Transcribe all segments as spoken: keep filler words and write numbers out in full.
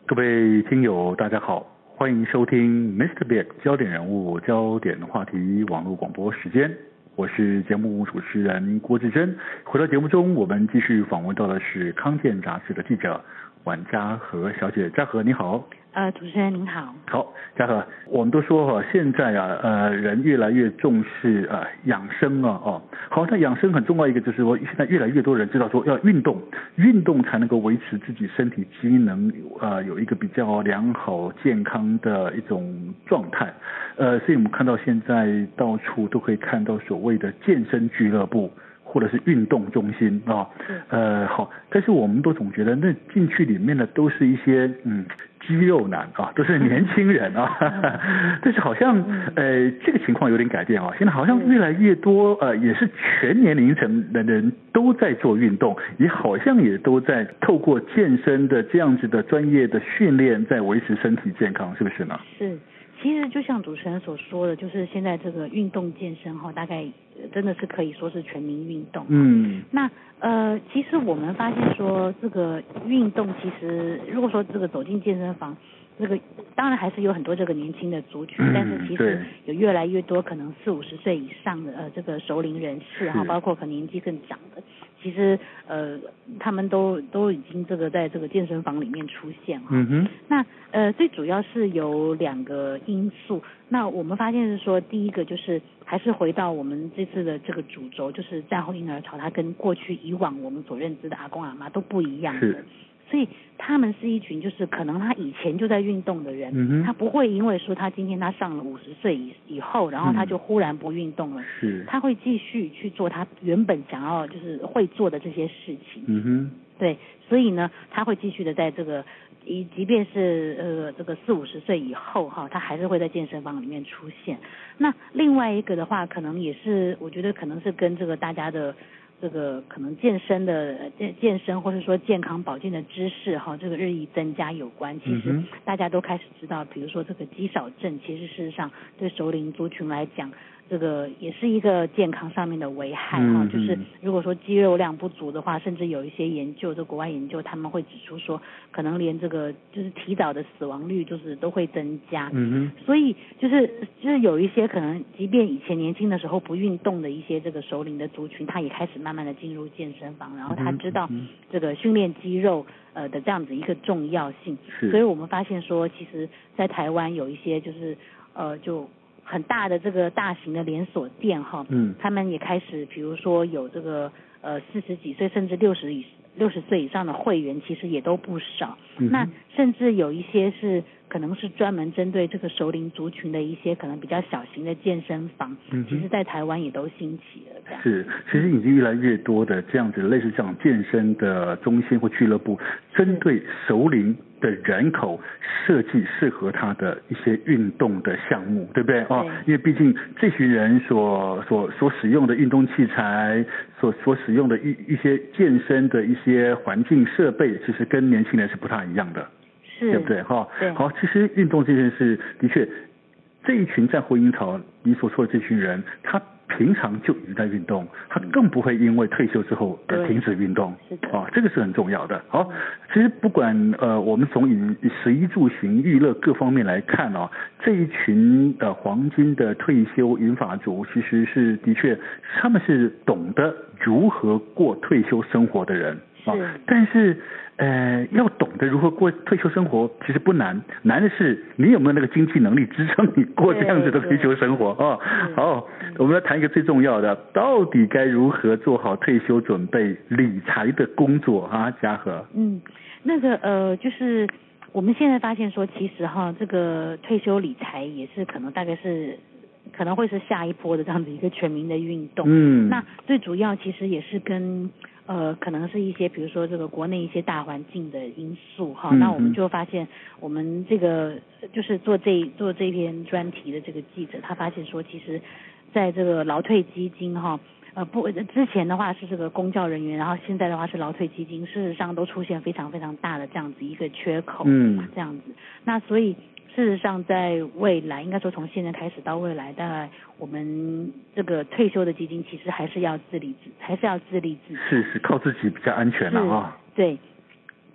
各位听友大家好，欢迎收听 Mister Big 焦点人物焦点话题网络广播时间，我是节目主持人郭志珍。回到节目中，我们继续访问到的是康健杂志的记者婉嘉禾小姐。嘉禾你好。 呃，主持人您好。 好，嘉禾，我们都说哈，现在啊，呃，人越来越重视呃养生啊，哦，好，那养生很重要一个就是说，现在越来越多人知道说要运动，运动才能够维持自己身体机能，呃，有一个比较良好健康的一种状态，呃，所以我们看到现在到处都可以看到所谓的健身俱乐部。或者是运动中心啊、哦，呃，好，但是我们都总觉得那进去里面的都是一些嗯肌肉男啊，都是年轻人啊，但是好像呃这个情况有点改变啊，现在好像越来越多呃也是全年龄层的人都在做运动，也好像也都在透过健身的这样子的专业的训练，在维持身体健康，是不是呢？ 是。其实就像主持人所说的，就是现在这个运动健身哈，大概真的是可以说是全民运动。 嗯。 那呃，其实我们发现说，这个运动其实如果说这个走进健身房，这个当然还是有很多这个年轻的族群， 嗯、 但是其实有越来越多可能四五十岁以上的呃这个熟龄人士哈，包括可能年纪更长的，其实呃他们都都已经这个在这个健身房里面出现哈。 嗯哼。 那呃最主要是有两个因素。那我们发现是说，第一个就是还是回到我们这次的这个主轴，就是战后婴儿潮，它跟过去以往我们所认知的阿公阿嬷都不一样的。所以他们是一群就是可能他以前就在运动的人， 嗯、 他不会因为说他今天他上了五十岁以以后，然后他就忽然不运动了， 是他会继续去做他原本想要就是会做的这些事情。 嗯哼， 对，所以呢，他会继续的在这个，即即便是呃这个四五十岁以后哈，他还是会在健身房里面出现。那另外一个的话，可能也是我觉得可能是跟这个大家的。这个可能健身的健健身或者说健康保健的知识哈，这个日益增加有关。其实大家都开始知道，比如说这个肌少症，其实事实上对熟龄族群来讲，这个也是一个健康上面的危害哈、嗯。就是如果说肌肉量不足的话，甚至有一些研究，这国外研究他们会指出说，可能连这个就是提早的死亡率就是都会增加。 嗯哼。 所以就是就是有一些可能，即便以前年轻的时候不运动的一些这个熟龄的族群，他也开始慢慢的进入健身房，然后他知道这个训练肌肉呃的这样子一个重要性。所以我们发现说，其实在台湾有一些就是呃就很大的这个大型的连锁店哈， 嗯， 他们也开始比如说有这个呃四十几岁甚至六十以六十岁以上的会员，其实也都不少。 嗯、 那甚至有一些是可能是专门针对这个熟龄族群的一些可能比较小型的健身房， 嗯、 其实在台湾也都兴起了这样。 是，其实已经越来越多的这样子类似这样健身的中心或俱乐部，针对熟龄的人口设计适合他的一些运动的项目，对不对？哦，因为毕竟这群人所所所使用的运动器材，所所使用的一一些健身的一些环境设备，其实跟年轻人是不太一样的。 是， 对不对？哈， 对。 好，其实运动这件事的确，这一群战后婴潮，你所说的这群人，他平常就已经在运动，他更不会因为退休之后而停止运动。 是的。 啊，这个是很重要的。好，其实不管呃，我们从以食衣住行娱乐各方面来看哦，这一群呃黄金的退休银发族，其实是的确他们是懂得如何过退休生活的人。 是。 但是。呃，要懂得如何过退休生活，其实不难，难的是你有没有那个经济能力支撑你过这样子的退休生活啊？好，我们来谈一个最重要的，到底该如何做好退休准备理财的工作啊？嘉禾， 嗯，那个呃，就是我们现在发现说，其实哈，这个退休理财也是可能大概是。可能会是下一波的这样子一个全民的运动。 嗯， 那最主要其实也是跟呃，可能是一些比如说这个国内一些大环境的因素哈。 嗯、 那我们就发现，我们这个就是做这做这篇专题的这个记者，他发现说，其实在这个劳退基金哈。呃不，之前的话是这个公教人员，然后现在的话是劳退基金，事实上都出现非常非常大的这样子一个缺口。 嗯， 这样子。那所以事实上在未来，应该说从现在开始到未来，大概我们这个退休的基金其实还是要自立自，还是要自立自强。 是是靠自己比较安全了啊。 对。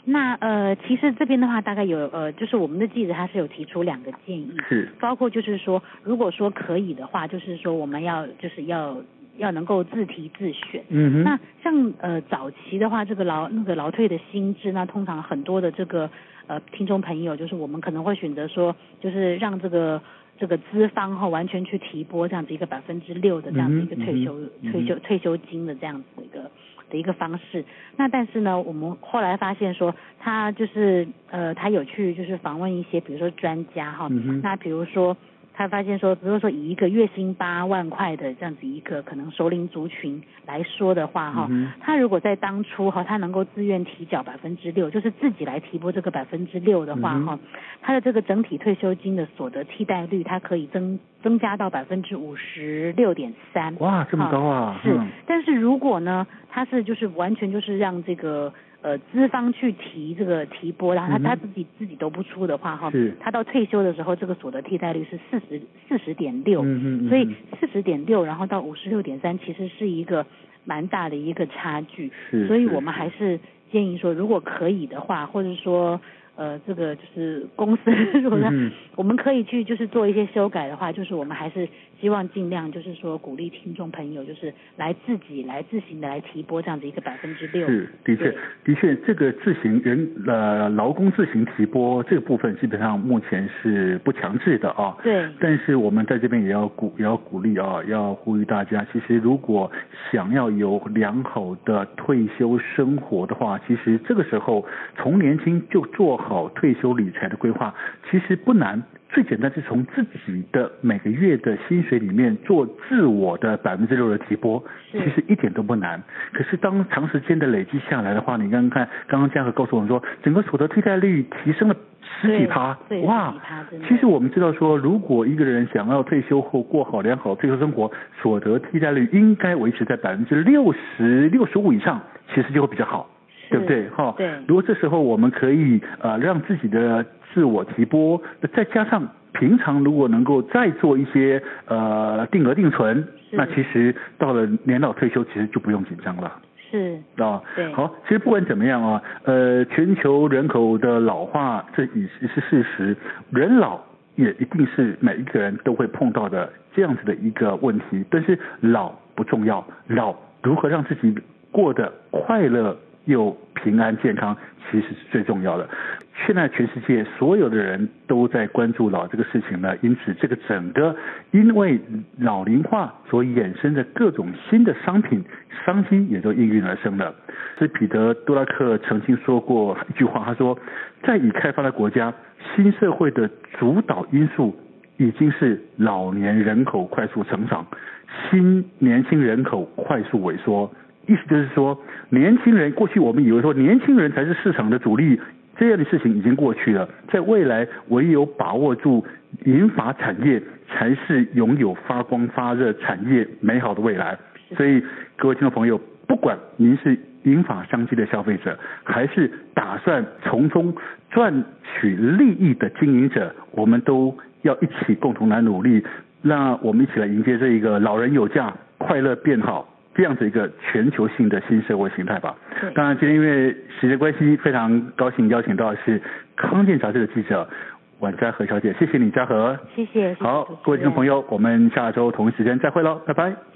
那呃，其实这边的话，大概有呃，就是我们的记者他是有提出两个建议， 是包括就是说，如果说可以的话，就是说我们要就是要要能够自提自选。 嗯哼。 那像呃早期的话，这个劳那个劳退的薪资，那通常很多的这个呃听众朋友，就是我们可能会选择说，就是让这个这个资方哈完全去提拨这样子一个百分之六的这样子一个退休、 嗯、 退休退休金的这样子的一个的一个方式。那但是呢，我们后来发现说，他就是呃他有去就是访问一些比如说专家哈、 嗯， 那比如说他发现说，比如说以一个月薪八万块的这样子一个可能熟龄族群来说的话哈、 嗯， 他如果在当初哈他能够自愿提缴百分之六，就是自己来提拨这个百分之六的话哈、嗯，他的这个整体退休金的所得替代率，它可以增增加到百分之五十六点三。 哇，这么高啊！ 是、嗯，但是如果呢，他是就是完全就是让这个呃资方去提这个提拨，然后他、嗯、他自己自己都不出的话哈，他到退休的时候，这个所得替代率是四十四十点六，所以四十点六，然后到五十六点三，其实是一个蛮大的一个差距。 是， 所以我们还是建议说，如果可以的话，或者说。呃，这个就是公司，如果说我们可以去就是做一些修改的话，就是我们还是希望尽量就是说鼓励听众朋友就是来自己来自行的来提拨这样的一个百分之六。 是，的确，的确，这个自行人呃劳工自行提拨这个部分基本上目前是不强制的啊。 对。 但是我们在这边也要鼓也要鼓励啊，要呼吁大家，其实如果想要有良好的退休生活的话，其实这个时候从年轻就做好。好退休理财的规划其实不难，最简单是从自己的每个月的薪水里面做自我的百分之六的提拨，其实一点都不难。可是当长时间的累积下来的话，你刚刚看，刚刚嘉禾告诉我们说，整个所得替代率提升了十几趴，哇！其实我们知道说，如果一个人想要退休后过好良好退休生活，所得替代率应该维持在百分之六十六十五以上，其实就会比较好。对不对？哈， 对。 如果这时候我们可以呃让自己的自我提拨，再加上平常如果能够再做一些呃定额定存，那其实到了年老退休，其实就不用紧张了。 是。 啊， 对。 好，其实不管怎么样啊，呃，全球人口的老化这已是事实，人老也一定是每一个人都会碰到的这样子的一个问题。但是老不重要，老如何让自己过得快乐又平安健康，其实是最重要的。现在全世界所有的人都在关注老这个事情呢，因此这个整个因为老龄化所衍生的各种新的商品商机也都应运而生了。所以彼得·杜拉克曾经说过一句话，他说，在已开发的国家，新社会的主导因素已经是老年人口快速成长，新年轻人口快速萎缩。意思就是说，年轻人过去我们以为说年轻人才是市场的主力，这样的事情已经过去了。在未来，唯有把握住银发产业，才是拥有发光发热产业美好的未来。所以，各位听众朋友，不管您是银发商机的消费者，还是打算从中赚取利益的经营者，我们都要一起共同来努力，让我们一起来迎接这一个老人有价、快乐变好这样子一个全球性的新社会形态吧。当然今天因为时间关系，非常高兴邀请到的是康健杂志的记者婉嘉禾小姐，谢谢你嘉禾。 谢谢。 好，各位听众朋友，我们下周同一时间再会喽，拜拜。